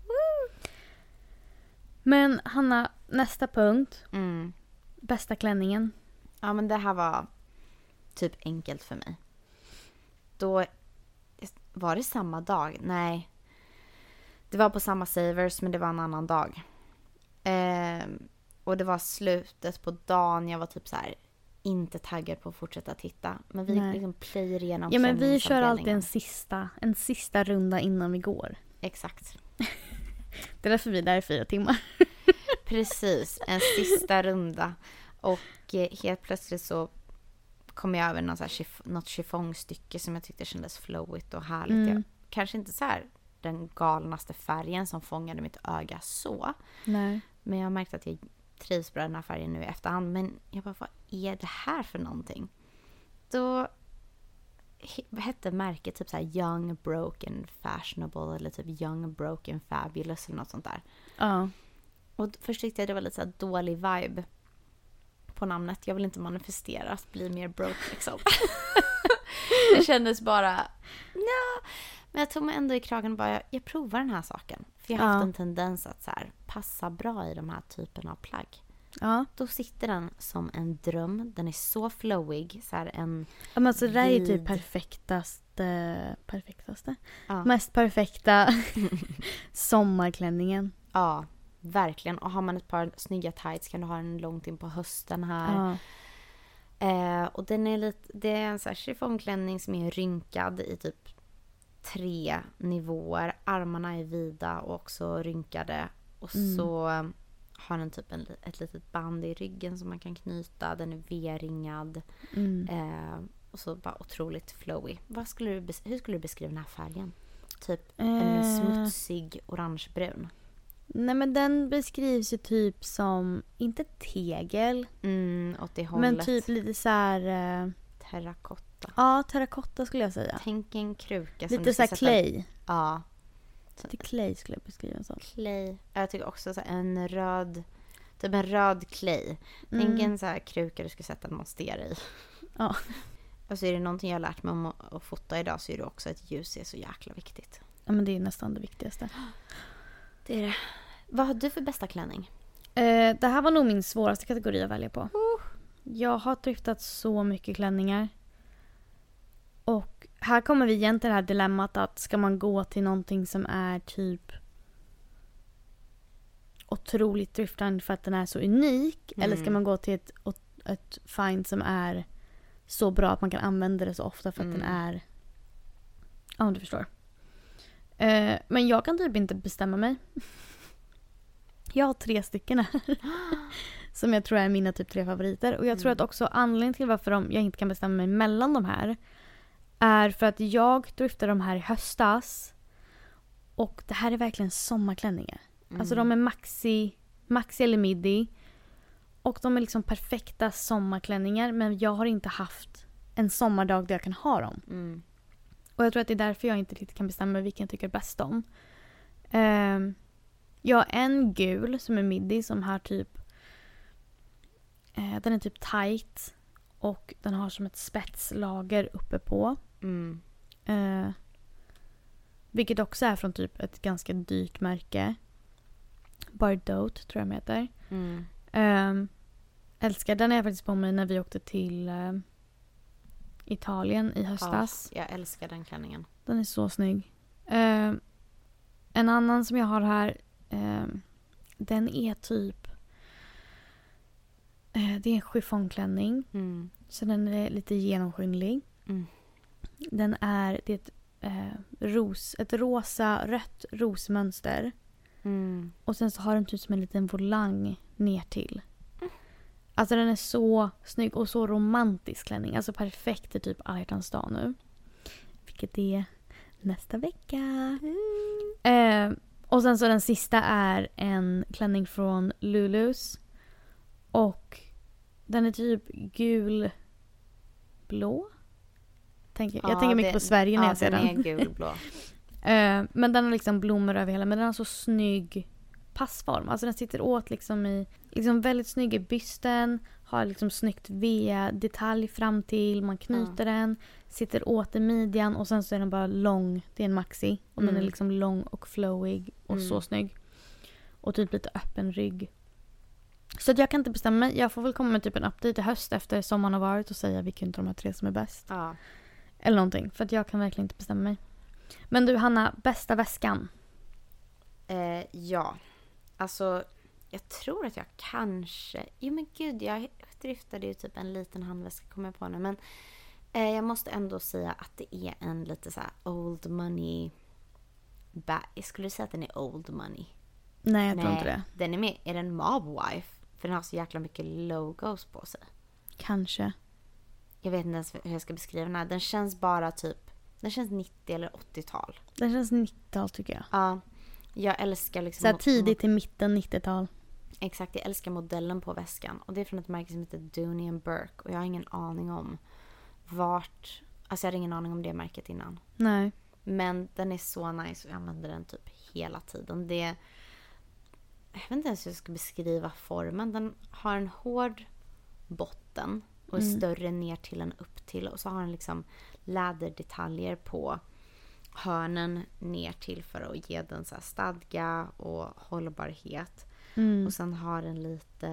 Speaker 1: Men Hanna, nästa punkt.
Speaker 2: Mm.
Speaker 1: Bästa klänningen.
Speaker 2: Ja, men det här var typ enkelt för mig. Då var det samma dag. Nej. Det var på samma Savers, men det var en annan dag. Ehm, och det var slutet på dagen. Jag var typ så här inte taggad på att fortsätta titta. Men vi
Speaker 1: Nej.
Speaker 2: liksom playar igenom
Speaker 1: Ja men vi kör alltid
Speaker 2: klänningsavdelningen.
Speaker 1: en sista, en sista runda innan vi går.
Speaker 2: Exakt.
Speaker 1: Det är därför vi är där i fyra timmar.
Speaker 2: Precis, en sista runda. Och eh, helt plötsligt så kom jag över någon så här chiff- något chiffongstycke som jag tyckte kändes flowigt och härligt.
Speaker 1: Mm.
Speaker 2: Jag, kanske inte så här den galnaste färgen som fångade mitt öga så.
Speaker 1: Nej.
Speaker 2: Men jag märkte att jag trivs med den här färgen nu i efterhand. Men jag bara, vad är det här för någonting? Då he- hette märket typ så här Young Broken Fashionable eller typ Young Broken Fabulous eller något sånt där.
Speaker 1: Ja.
Speaker 2: Och först tyckte jag det var lite så här dålig vibe på namnet. Jag vill inte manifestera att bli mer broke liksom. Det kändes bara, ja. Men jag tog mig ändå i kragen och bara, jag, jag provar den här saken. För jag har
Speaker 1: Ja.
Speaker 2: haft en tendens att så här, passa bra i de här typerna av plagg.
Speaker 1: Ja.
Speaker 2: Då sitter den som en dröm. Den är så flowig. Så här en,
Speaker 1: Ja, men alltså det där är ju typ
Speaker 2: Vid.
Speaker 1: perfektaste, perfektaste,
Speaker 2: ja,
Speaker 1: mest perfekta sommarklänningen.
Speaker 2: ja, verkligen. Och har man ett par snygga tights kan du ha den långt in på hösten här.
Speaker 1: Ja.
Speaker 2: Eh, och den är lite, det är en så här chiffongklänning som är rynkad i typ tre nivåer. Armarna är vida och också rynkade. Och
Speaker 1: Mm.
Speaker 2: så eh, har den typ en, ett litet band i ryggen som man kan knyta. Den är V-ringad.
Speaker 1: Mm.
Speaker 2: Eh, och så bara otroligt flowy. Vad skulle du, bes- hur skulle du beskriva den här färgen? Typ
Speaker 1: Eh.
Speaker 2: en smutsig orangebrun.
Speaker 1: Nej men den beskrivs ju typ som, inte tegel,
Speaker 2: Mm, åt det hållet.
Speaker 1: men typ lite så här, eh,
Speaker 2: terrakotta.
Speaker 1: ja terrakotta skulle jag säga.
Speaker 2: Tänk en kruka som
Speaker 1: Lite
Speaker 2: du
Speaker 1: så här
Speaker 2: ska sätta-
Speaker 1: clay.
Speaker 2: Ja.
Speaker 1: Lite clay skulle jag beskriva den som.
Speaker 2: Clay. Jag tycker också så här en röd, typ en röd clay. Tänk
Speaker 1: Mm.
Speaker 2: en så här kruka du ska sätta en monstera i.
Speaker 1: Ja.
Speaker 2: Och så är det någonting jag har lärt mig om att, att fota idag, så är det också att ljus är så jäkla viktigt.
Speaker 1: Ja men det är nästan det viktigaste.
Speaker 2: Det är det. Vad har du för bästa klänning?
Speaker 1: Eh, det här var nog min svåraste kategori att välja på. Jag har thriftat så mycket klänningar. Och här kommer vi igen till det här dilemmat att ska man gå till någonting som är typ otroligt thriftande för att den är så unik.
Speaker 2: Mm.
Speaker 1: Eller ska man gå till ett, ett find som är så bra att man kan använda det så ofta för att
Speaker 2: Mm.
Speaker 1: den är... Ja, du förstår. Eh, men jag kan typ inte bestämma mig. Jag har tre stycken här. Som jag tror är mina typ tre favoriter. Och jag tror
Speaker 2: Mm.
Speaker 1: att också anledningen till varför de, jag inte kan bestämma mig mellan de här är för att jag thriftade de här i höstas. Och det här är verkligen sommarklänningar.
Speaker 2: Mm.
Speaker 1: Alltså de är maxi, maxi eller midi. Och de är liksom perfekta sommarklänningar. Men jag har inte haft en sommardag där jag kan ha dem.
Speaker 2: Mm.
Speaker 1: Och jag tror att det är därför jag inte riktigt kan bestämma vilken jag tycker bäst om. Um, jag har en gul som är midi som har typ... Uh, den är typ tight. Och den har som ett spetslager uppe på.
Speaker 2: Mm.
Speaker 1: Uh, vilket också är från typ ett ganska dyrt märke. Bardot tror jag de heter.
Speaker 2: Mm.
Speaker 1: Um, älskar den är jag faktiskt på mig när vi åkte till uh, Italien i höstas.
Speaker 2: Ja, jag älskar den klänningen.
Speaker 1: Den är så snygg. Um, en annan som jag har här um, den är typ... Eh, det är en chiffongklänning.
Speaker 2: Mm.
Speaker 1: Så den är lite genomskinlig.
Speaker 2: Mm.
Speaker 1: Den är... Det är ett, eh, ros, ett rosa, rött rosmönster.
Speaker 2: Mm.
Speaker 1: Och sen så har den typ som en liten volang ner till. Alltså den är så snygg och så romantisk klänning. Alltså perfekt till typ alla hjärtans dag nu. Vilket är nästa vecka. Mm. Eh, och sen så den sista är en klänning från Lulus. Och den är typ gul blå. Tänker,
Speaker 2: Ja,
Speaker 1: jag tänker mycket
Speaker 2: det,
Speaker 1: på Sverige när
Speaker 2: ja,
Speaker 1: jag ser
Speaker 2: den.
Speaker 1: den.
Speaker 2: är gulblå.
Speaker 1: eh, men den har liksom blommor över hela. Men den har så snygg passform. Alltså den sitter åt liksom i... Liksom väldigt snygg i bysten. Har liksom snyggt V-detalj fram till. Man knyter mm. den. Sitter åt i midjan. Och sen så är den bara lång. Det är en maxi. Och mm. den är liksom lång och flowig. Och mm. så snygg. Och typ lite öppen rygg. Så att jag kan inte bestämma mig. Jag får väl komma med typ en update i höst efter sommaren har varit. Och säga vilken av de här tre som är bäst.
Speaker 2: Ja.
Speaker 1: Eller någonting. För att jag kan verkligen inte bestämma mig. Men du Hanna, bästa väskan?
Speaker 2: Eh, ja. Alltså... Jag tror att jag kanske... Jo men gud, jag driftade ju typ en liten handväska, kommer jag på nu. Men eh, jag måste ändå säga att det är en lite så här old money... Ba- jag skulle säga att den är old money.
Speaker 1: Nej, jag
Speaker 2: Nej,
Speaker 1: tror inte det.
Speaker 2: Den är med, är den Mobwife? För den har så jäkla mycket logos på sig.
Speaker 1: Kanske.
Speaker 2: Jag vet inte ens hur jag ska beskriva den här. Den känns bara typ... Den känns nittio eller åttiotal.
Speaker 1: Den känns nittiotal tycker jag.
Speaker 2: Ja. Jag älskar liksom...
Speaker 1: Så här tidigt till mitten nittiotal.
Speaker 2: Exakt, jag älskar modellen på väskan. Och det är från ett märke som heter Dooney and Burke. Och jag har ingen aning om vart... Alltså jag hade ingen aning om det märket innan.
Speaker 1: Nej.
Speaker 2: Men den är så nice och jag använder den typ hela tiden. Det är... Jag vet inte ens hur jag ska beskriva formen. Den har en hård botten och är mm. större ner till än upp till. Och så har den liksom läderdetaljer på hörnen ner till för att ge den så här stadga och hållbarhet. Mm. Och sen har den lite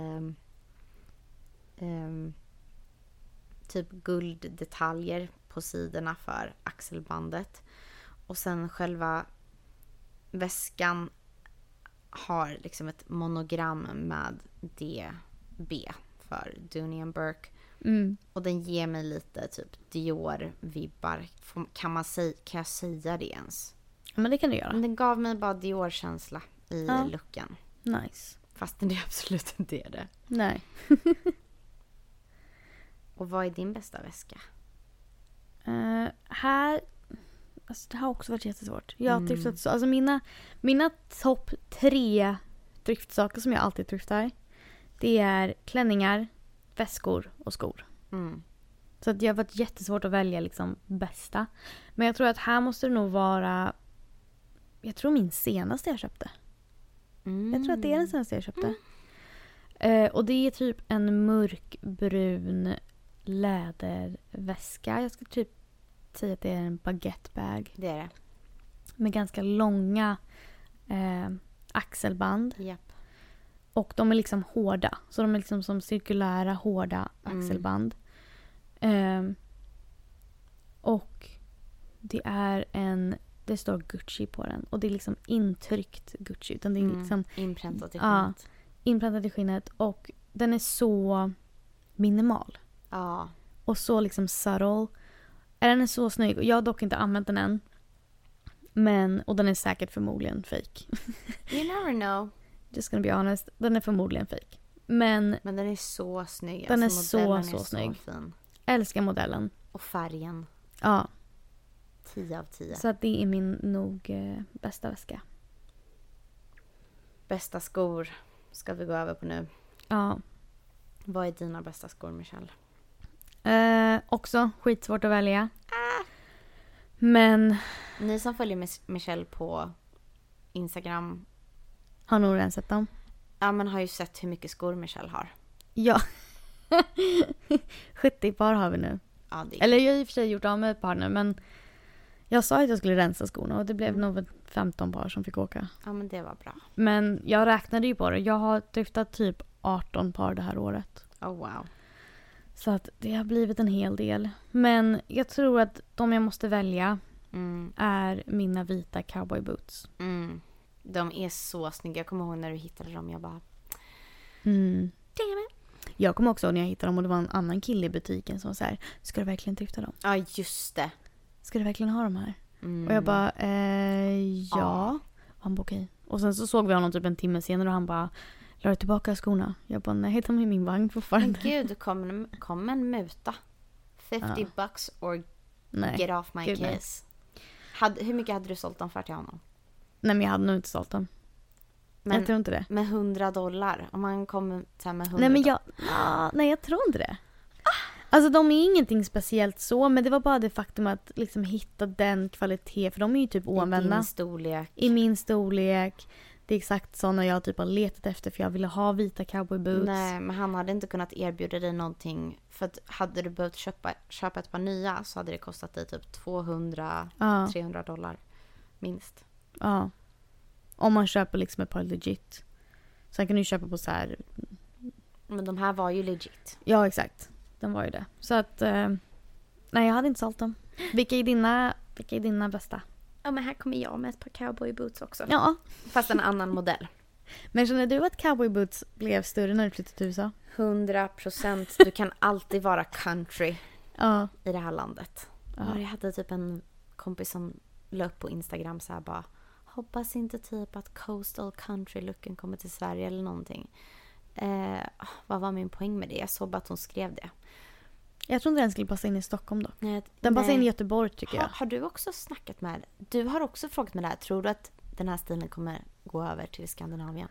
Speaker 2: um, typ gulddetaljer på sidorna för axelbandet. Och sen själva väskan har liksom ett monogram med D B för Dooney and Burke. Mm. Och den ger mig lite typ Dior-vibbar. Kan man säga, kan jag säga det ens?
Speaker 1: Ja, men det kan du göra.
Speaker 2: Men den gav mig bara Dior-känsla i ja. looken.
Speaker 1: Nice.
Speaker 2: Fast det är absolut inte är det.
Speaker 1: Nej.
Speaker 2: Och vad är din bästa väska?
Speaker 1: Uh, här... Alltså det har också varit jättesvårt. Jag har mm. driftat så. Alltså mina, mina topp tre driftsaker som jag alltid driftar. Det är klänningar, väskor och skor. Mm. Så att det har varit jättesvårt att välja liksom bästa. Men jag tror att här måste det nog vara... Jag tror min senaste jag köpte. Mm. Jag tror att det är den senaste jag köpte. Mm. Uh, och det är typ en mörkbrun läderväska. Jag ska typ säga att det är en baguettebag.
Speaker 2: Det är det.
Speaker 1: Med ganska långa eh, axelband.
Speaker 2: Yep.
Speaker 1: Och de är liksom hårda. Så de är liksom som cirkulära hårda axelband. Mm. Eh, och det är en... Det står Gucci på den. Och det är liksom intryckt Gucci. Utan det är liksom,
Speaker 2: mm. Inpräntat i skinnet.
Speaker 1: Ja, inpräntat i skinnet. Och den är så minimal.
Speaker 2: Ja.
Speaker 1: Och så liksom subtle. Den är så snygg. Och jag har dock inte använt den än. Men, och den är säkert förmodligen fake.
Speaker 2: You never know.
Speaker 1: Just gonna be honest. Den är förmodligen fake. Men,
Speaker 2: Men den är så snygg.
Speaker 1: Den
Speaker 2: alltså,
Speaker 1: är så,
Speaker 2: är
Speaker 1: så, så snygg.
Speaker 2: Fin.
Speaker 1: Älskar modellen.
Speaker 2: Och färgen.
Speaker 1: Ja.
Speaker 2: tio av tio.
Speaker 1: Så att det är min nog eh, bästa väska.
Speaker 2: Bästa skor ska vi gå över på nu.
Speaker 1: Ja.
Speaker 2: Vad är dina bästa skor, Michelle?
Speaker 1: Eh, också skitsvårt att välja. Ah. Men...
Speaker 2: Ni som följer Michelle på Instagram
Speaker 1: har nog redan sett dem.
Speaker 2: Ja, men har ju sett hur mycket skor Michelle har.
Speaker 1: Ja. sjuttio par har vi nu.
Speaker 2: Ja, det är...
Speaker 1: Eller jag har i och för sig gjort av med ett par nu, men jag sa att jag skulle rensa skorna och det blev mm. nog femton par som fick åka.
Speaker 2: Ja, men det var bra.
Speaker 1: Men jag räknade ju på det. Jag har driftat typ arton par det här året.
Speaker 2: Oh, wow.
Speaker 1: Så att det har blivit en hel del. Men jag tror att de jag måste välja mm. är mina vita cowboy boots.
Speaker 2: Mm. De är så snygga. Jag kommer ihåg när du hittade dem. Jag bara...
Speaker 1: Mm.
Speaker 2: Damn it.
Speaker 1: Jag kommer också ihåg när jag hittade dem och det var en annan kille i butiken som var så här, ska du verkligen drifta dem?
Speaker 2: Ja, just det.
Speaker 1: Ska du verkligen ha dem här?
Speaker 2: Mm.
Speaker 1: Och jag bara, eh, ja.
Speaker 2: Ja.
Speaker 1: Och han bara okej. Och sen så såg vi honom typ en timme senare och han bara, la du tillbaka skorna? Jag bara, nej, de är i min vagn
Speaker 2: Men
Speaker 1: fortfarande.
Speaker 2: gud, kom en, kom en muta. fifty
Speaker 1: Ja.
Speaker 2: bucks or
Speaker 1: Nej.
Speaker 2: get off my
Speaker 1: Gud, nej.
Speaker 2: case. Hade, hur mycket hade du sålt dem för till honom?
Speaker 1: nej, men jag hade nog inte sålt dem.
Speaker 2: Men
Speaker 1: jag tror inte det.
Speaker 2: med hundra dollar. Om man kommer så här med hundra
Speaker 1: Nej, men jag, ah, nej, jag tror inte det. Alltså de är ingenting speciellt så, men det var bara det faktum att liksom hitta den kvalitet, för de är ju typ
Speaker 2: i
Speaker 1: oanvända.
Speaker 2: din storlek.
Speaker 1: I min storlek. Det är exakt såna jag typ har letat efter för jag ville ha vita cowboy boots.
Speaker 2: Nej, men han hade inte kunnat erbjuda dig någonting. För att hade du behövt köpa, köpa ett par nya så hade det kostat dig typ tvåhundra till
Speaker 1: Ja,
Speaker 2: trehundra dollar. Minst.
Speaker 1: ja. Om man köper liksom ett par legit. Sen kan du köpa på så här.
Speaker 2: Men de här var ju legit.
Speaker 1: Ja, exakt. Den var ju det. Så att, eh, nej, jag hade inte sålt dem. Vilka är dina, vilka är dina bästa?
Speaker 2: Ja, men här kommer jag med ett par cowboy boots också.
Speaker 1: Ja.
Speaker 2: Fast en annan modell.
Speaker 1: Men känner du att cowboy boots blev större när du flyttade till U S A?
Speaker 2: hundra procent. Du kan alltid vara country
Speaker 1: Ja.
Speaker 2: i det här landet.
Speaker 1: Ja.
Speaker 2: Och jag hade typ en kompis som la upp på Instagram så här bara, hoppas inte typ att coastal country-looken kommer till Sverige eller någonting. Eh, vad var min poäng med det? Jag såg bara att hon skrev det.
Speaker 1: Jag tror inte den skulle passa in i Stockholm då.
Speaker 2: Nej,
Speaker 1: Den passar
Speaker 2: nej.
Speaker 1: in i Göteborg tycker
Speaker 2: Har,
Speaker 1: jag.
Speaker 2: har du också snackat med, du har också frågat mig det här, tror du att den här stilen kommer gå över till Skandinavien?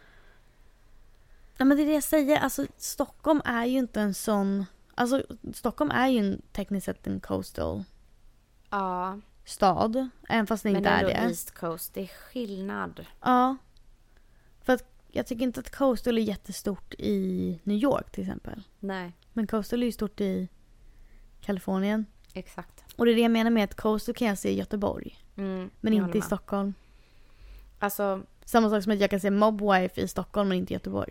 Speaker 1: Ja, men det är det jag säger. Alltså, Stockholm är ju inte en sån... Alltså, Stockholm är ju en, tekniskt sett en coastal
Speaker 2: Ja,
Speaker 1: stad. Även fast det
Speaker 2: men
Speaker 1: inte
Speaker 2: det
Speaker 1: är
Speaker 2: är
Speaker 1: det.
Speaker 2: ändå East Coast, det är skillnad.
Speaker 1: Ja. För att jag tycker inte att coastal är jättestort i New York till exempel.
Speaker 2: Nej,
Speaker 1: Men coastal är ju stort i Kalifornien.
Speaker 2: exakt.
Speaker 1: Och det är det jag menar med att coastal kan jag se i Göteborg.
Speaker 2: Mm,
Speaker 1: Men
Speaker 2: jag
Speaker 1: inte
Speaker 2: håller
Speaker 1: i
Speaker 2: med.
Speaker 1: Stockholm.
Speaker 2: Alltså,
Speaker 1: Samma sak som att jag kan se Mobwife i Stockholm men inte i Göteborg.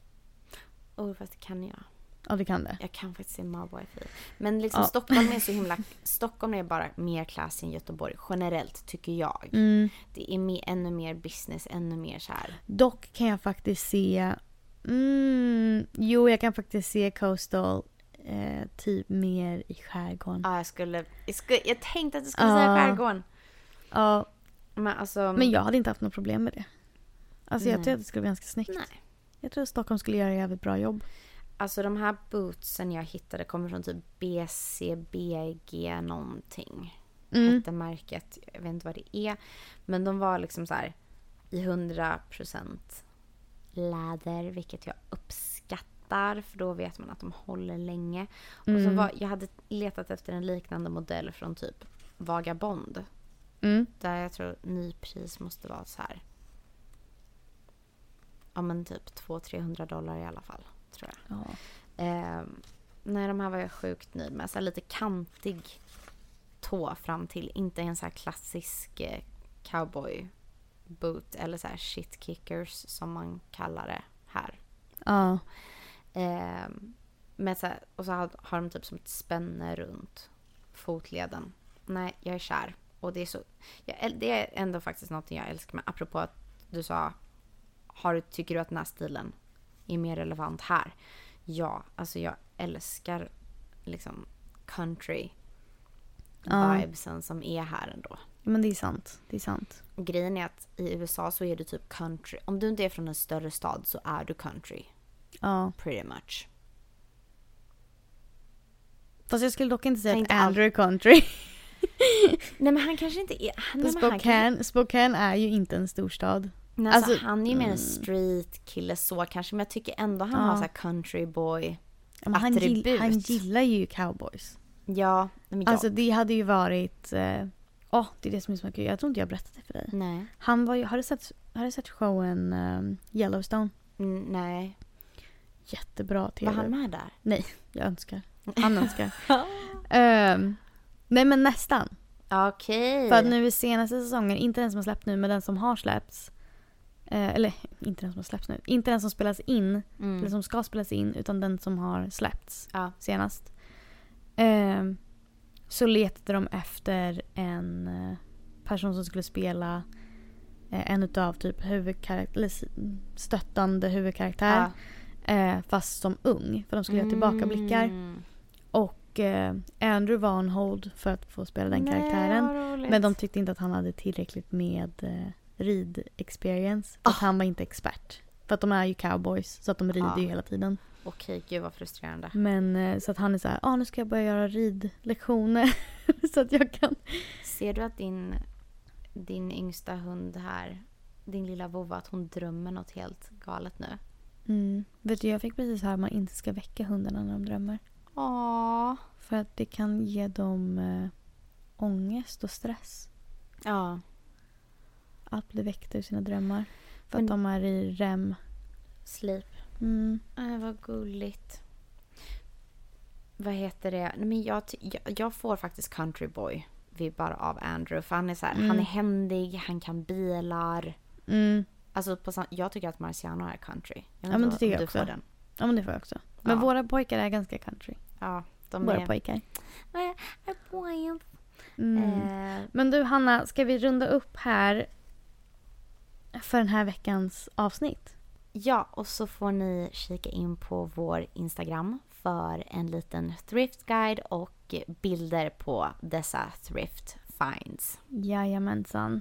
Speaker 2: oh, fast det kan jag.
Speaker 1: Ja, det kan det.
Speaker 2: Jag kan faktiskt se Mobwife i. Men liksom
Speaker 1: Ja.
Speaker 2: Stockholm är så himla... Stockholm är bara mer classy än Göteborg. Generellt, tycker jag.
Speaker 1: Mm.
Speaker 2: Det är mer, ännu mer business, ännu mer så här.
Speaker 1: Dock kan jag faktiskt se... Mm, jo, jag kan faktiskt se coastal eh, typ mer i skärgården.
Speaker 2: Ja, jag skulle... Jag, skulle, jag tänkte att du skulle
Speaker 1: Ja.
Speaker 2: säga skärgården.
Speaker 1: Ja,
Speaker 2: Men alltså...
Speaker 1: men jag hade inte haft något problem med det. Alltså jag
Speaker 2: Nej.
Speaker 1: tror att det skulle bli ganska snyggt.
Speaker 2: Nej.
Speaker 1: Jag tror att Stockholm skulle göra ett jävligt bra jobb.
Speaker 2: Alltså de här bootsen jag hittade kommer från typ B C B G någonting.
Speaker 1: Mm.
Speaker 2: Hette märket. Jag vet inte vad det är. Men de var liksom så här i hundra procent läder. Vilket jag uppskattar. För då vet man att de håller länge. Och så
Speaker 1: Mm.
Speaker 2: var, jag hade letat efter en liknande modell från typ Vagabond.
Speaker 1: Mm.
Speaker 2: Där jag tror nypris måste vara så här. Ja men typ två till trehundra dollar i alla fall. Tror jag.
Speaker 1: Ja.
Speaker 2: Eh, nej, de här var jag sjukt nöjd med. Så här lite kantig tå fram till. Inte en så här klassisk eh, cowboy boot. Eller så här shit kickers som man kallar det här.
Speaker 1: Ja.
Speaker 2: Eh, med så här, och så har, har de typ som ett spänne runt fotleden. Nej, jag är kär. Och det är så... Jag, äl- det är ändå faktiskt något jag älskar med. Apropå att du sa... Har, du- tycker du att den här stilen är mer relevant här? Ja, alltså jag älskar liksom country
Speaker 1: Ja.
Speaker 2: vibesen som är här ändå.
Speaker 1: Men det är sant. Det är sant.
Speaker 2: Och grejen är att i U S A så är du typ country. Om du inte är från en större stad så är du country.
Speaker 1: Ja.
Speaker 2: Pretty much.
Speaker 1: Fast jag skulle dock inte säga
Speaker 2: Tänk
Speaker 1: att
Speaker 2: allt.
Speaker 1: Andrew är country.
Speaker 2: Nej, men han kanske inte är... Han,
Speaker 1: För
Speaker 2: nej, men han, kan,
Speaker 1: Spokane, Spokane är ju inte en storstad.
Speaker 2: nej, alltså,
Speaker 1: alltså,
Speaker 2: han är ju mer en
Speaker 1: mm.
Speaker 2: street kille så kanske. Men jag tycker ändå han
Speaker 1: Ja.
Speaker 2: har så här country boy.
Speaker 1: Ja, men han, gill,
Speaker 2: Attribut.
Speaker 1: han gillar ju cowboys.
Speaker 2: Ja, men ja.
Speaker 1: Alltså det hade ju varit... Åh, eh, oh, det är det som är så kul. Jag tror inte jag har berättat det för dig.
Speaker 2: Nej.
Speaker 1: Han var ju... Har du sett, har du sett showen um, Yellowstone?
Speaker 2: Mm, nej.
Speaker 1: Jättebra T V.
Speaker 2: Var han med där?
Speaker 1: Jag önskar. Han önskar. um, nej men nästan.
Speaker 2: Okej.
Speaker 1: För att nu i senaste säsongen, inte den som har släppts nu, men den som har släppts. Eh, eller inte den som har släppts nu. Inte den som spelas in,
Speaker 2: Mm.
Speaker 1: eller som ska spelas in, utan den som har släppts
Speaker 2: Ja.
Speaker 1: senast. Eh, så letade de efter en eh, person som skulle spela eh, en utav typ huvudkaraktär, eller stöttande huvudkaraktär.
Speaker 2: Ja.
Speaker 1: Eh, fast som ung. För de skulle göra tillbakablickar.
Speaker 2: Mm.
Speaker 1: Och eh, Andrew var on hold för att få spela den
Speaker 2: Nej,
Speaker 1: karaktären.
Speaker 2: vad roligt.
Speaker 1: Men de tyckte inte att han hade tillräckligt med eh, rid-experience. För att
Speaker 2: Ah.
Speaker 1: han var inte expert. För att de är ju cowboys. Så att de rider
Speaker 2: Ah.
Speaker 1: ju hela tiden.
Speaker 2: Okej, gud vad frustrerande.
Speaker 1: Men eh, så att han är så här, ah, nu ska jag börja göra ridlektioner. Så att jag kan...
Speaker 2: Ser du att din, din yngsta hund här, din lilla vovva, att hon drömmer något helt galet nu?
Speaker 1: Mm. Vet du, jag fick precis höra att man inte ska väcka hundarna när de drömmer.
Speaker 2: Åh.
Speaker 1: För att det kan ge dem äh, ångest och stress.
Speaker 2: Ja.
Speaker 1: Att bli väckta ur sina drömmar. För
Speaker 2: Men-
Speaker 1: att de är i R E M.
Speaker 2: Sleep.
Speaker 1: Mm.
Speaker 2: Äh, vad gulligt. Vad heter det? Nej, men jag, ty- jag, jag får faktiskt countryboy vibbar av Andrew. För han är så här,
Speaker 1: Mm.
Speaker 2: han är händig, han kan bilar.
Speaker 1: Mm.
Speaker 2: Alltså på, sam- jag tycker att Marciano är country. Jag vet
Speaker 1: Ja, men
Speaker 2: inte
Speaker 1: det tycker
Speaker 2: om
Speaker 1: jag
Speaker 2: du
Speaker 1: också.
Speaker 2: får den.
Speaker 1: Ja, men det får jag också. Men
Speaker 2: Ja.
Speaker 1: våra pojkar är ganska country.
Speaker 2: Ja, de
Speaker 1: Våra
Speaker 2: är...
Speaker 1: pojkar.
Speaker 2: är boys.
Speaker 1: Mm.
Speaker 2: Eh,
Speaker 1: Men du Hanna, ska vi runda upp här för den här veckans avsnitt?
Speaker 2: Ja, och så får ni kika in på vår Instagram för en liten thrift guide och bilder på dessa thrift finds.
Speaker 1: Jajamensan.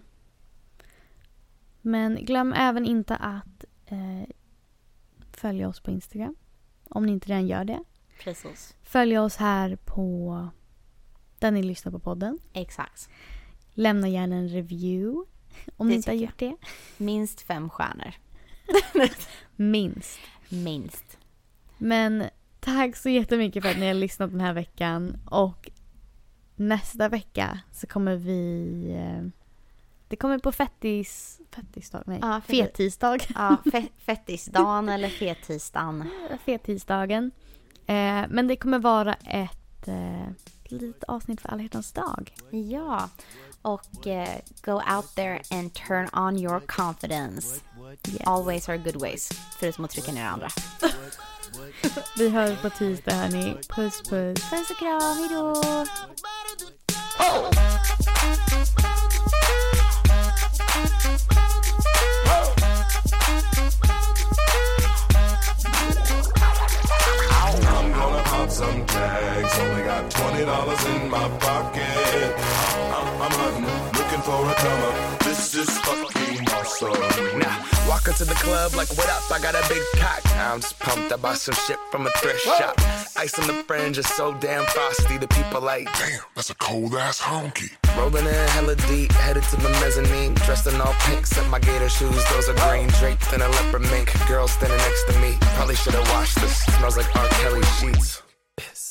Speaker 1: Men glöm även inte att eh, följa oss på Instagram. Om ni inte redan gör det.
Speaker 2: Precis.
Speaker 1: Följ oss här på där ni lyssnar på podden.
Speaker 2: Exakt.
Speaker 1: Lämna gärna en review om
Speaker 2: Det
Speaker 1: ni inte har
Speaker 2: tycker
Speaker 1: gjort det.
Speaker 2: Minst fem stjärnor.
Speaker 1: Minst.
Speaker 2: Minst.
Speaker 1: Men tack så jättemycket för att ni har lyssnat den här veckan. Och nästa vecka så kommer vi... Eh, det kommer på fettis... Fettisdag? Nej.
Speaker 2: Ja, för-
Speaker 1: Fetisdag.
Speaker 2: Ja, fe- fettisdagen eller fetisdagen.
Speaker 1: Fetisdagen. Eh, men det kommer vara ett eh, litet avsnitt för alla hjärtans dag.
Speaker 2: Ja, och eh, go out there and turn on your confidence.
Speaker 1: Yes.
Speaker 2: Always are good ways. Förutom att trycka ner andra.
Speaker 1: Vi hörs på tisdag hörni. Puss puss.
Speaker 2: Puss och kram, hejdå!
Speaker 4: I'm gonna pop some tags. Only got twenty dollars in my pocket. I'm, I'm hunting, looking for a come up. This is fucking awesome.
Speaker 5: Now, walk into the club like, what up? I got a big cock. I'm just pumped. I bought some shit from a thrift shop. Ice on the fringe is so damn frosty. The people like,
Speaker 4: Damn, that's a cold ass honky.
Speaker 5: rolling in hella deep, headed to the mezzanine. Dressed in all pink, set my gator shoes. Those are green, draped in a leopard mink. Girl standing next to me. Probably should have washed this. Smells like R. Kelly sheets. Piss.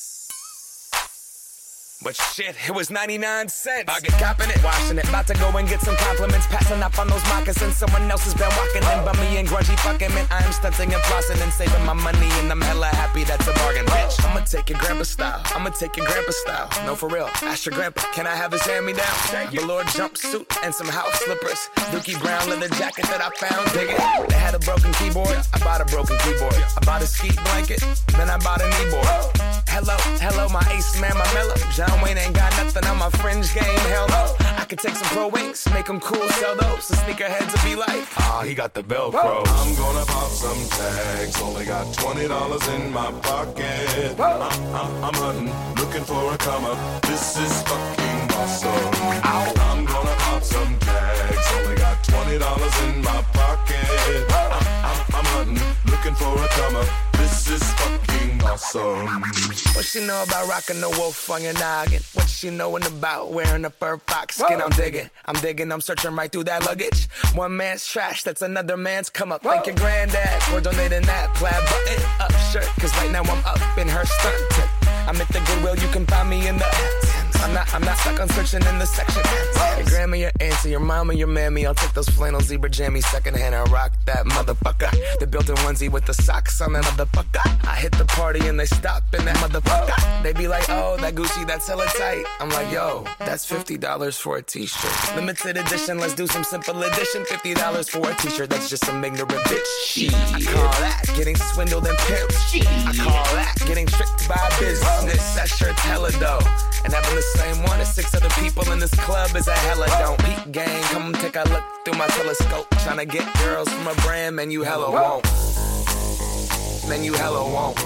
Speaker 5: But shit, it was ninety-nine cents. I get copping it, washing it. About to go and get some compliments. Passing up on those moccasins. Someone else has been walking in by me and grungy fucking man. I am stunting and flossing and saving my money. And I'm hella happy that's a bargain, bitch. I'ma take your grandpa style. I'ma take your grandpa style. No, for real. Ask your grandpa, can I have his hand-me-down? Velour jumpsuit and some house slippers. Dookie brown leather jacket that I found. Dig it. They had a broken keyboard. I bought a broken keyboard. I bought a ski blanket. Then I bought a kneeboard. Hello, hello, my ace man, my mellow. John Wayne ain't got nothing on my fringe game, hell no. I could take some pro wings, make them cool, sell those. The sneakerheads will be like, ah, he got the Velcro.
Speaker 4: I'm gonna pop some tags. Only got twenty dollars in my pocket. I'm, I'm, I'm hunting, looking for a come up. This is fucking awesome. I'm gonna pop some tags. Only got twenty dollars in my pocket. I'm, I'm, I'm hunting, looking for a come up. This is fucking awesome.
Speaker 5: What she know about rocking the wolf on your noggin? What she knowin' about wearing a fur fox skin? I'm digging, I'm digging, I'm searching right through that luggage. One man's trash, that's another man's come up. Thank your granddad for donating that plaid button up shirt. Cause right now I'm up in her skirt. I'm at the Goodwill, you can find me in the I'm not, I'm not stuck on searching in the section. Your grandma, your auntie, your mama, your mammy. I'll take those flannel zebra jammies secondhand and rock that motherfucker. The built-in onesie with the socks on that motherfucker. I hit the party and they stop in that motherfucker. They be like, oh, that Gucci, that's hella tight. I'm like, yo, that's fifty dollars for a t-shirt. Limited edition, let's do some simple edition. fifty dollars for a t-shirt, that's just some ignorant bitch. Shit. I call that getting swindled and pimped. I call that getting tricked by business. That shirt's hella dope. And having the same one as six other people in in this club is a hella don't. Peep gang, come take a look through my telescope. Tryna get girls from a brand, man, you hella won't. Man, you hella won't.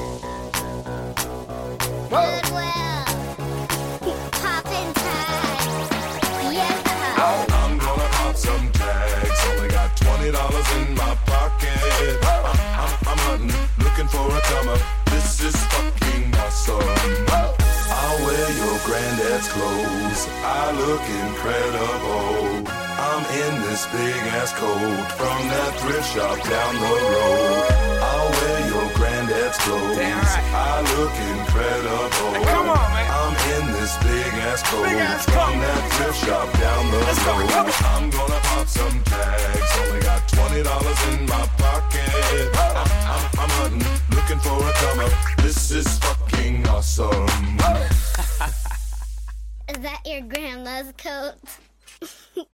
Speaker 3: Goodwill. Poppin' tags. Yeah.
Speaker 4: I'm gonna pop some tags. Only got twenty dollars in my pocket. I'm, I'm, I'm hunting, looking for a come up. This is fucking awesome. I'll wear your granddad's clothes. I look incredible. I'm in this big ass coat from that thrift shop down the road. I'll wear your granddad's clothes.
Speaker 5: Right.
Speaker 4: I look incredible.
Speaker 5: Hey, come on, man.
Speaker 4: I'm in this big ass coat
Speaker 5: Big ass
Speaker 4: from
Speaker 5: coat.
Speaker 4: that thrift shop down the
Speaker 5: Let's go,
Speaker 4: road.
Speaker 5: go.
Speaker 4: I'm gonna pop some tags. Only got twenty dollars in my pocket. I'm, I'm, I'm hunting, looking for a come up. This is fucking awesome.
Speaker 3: Is that your grandma's coat?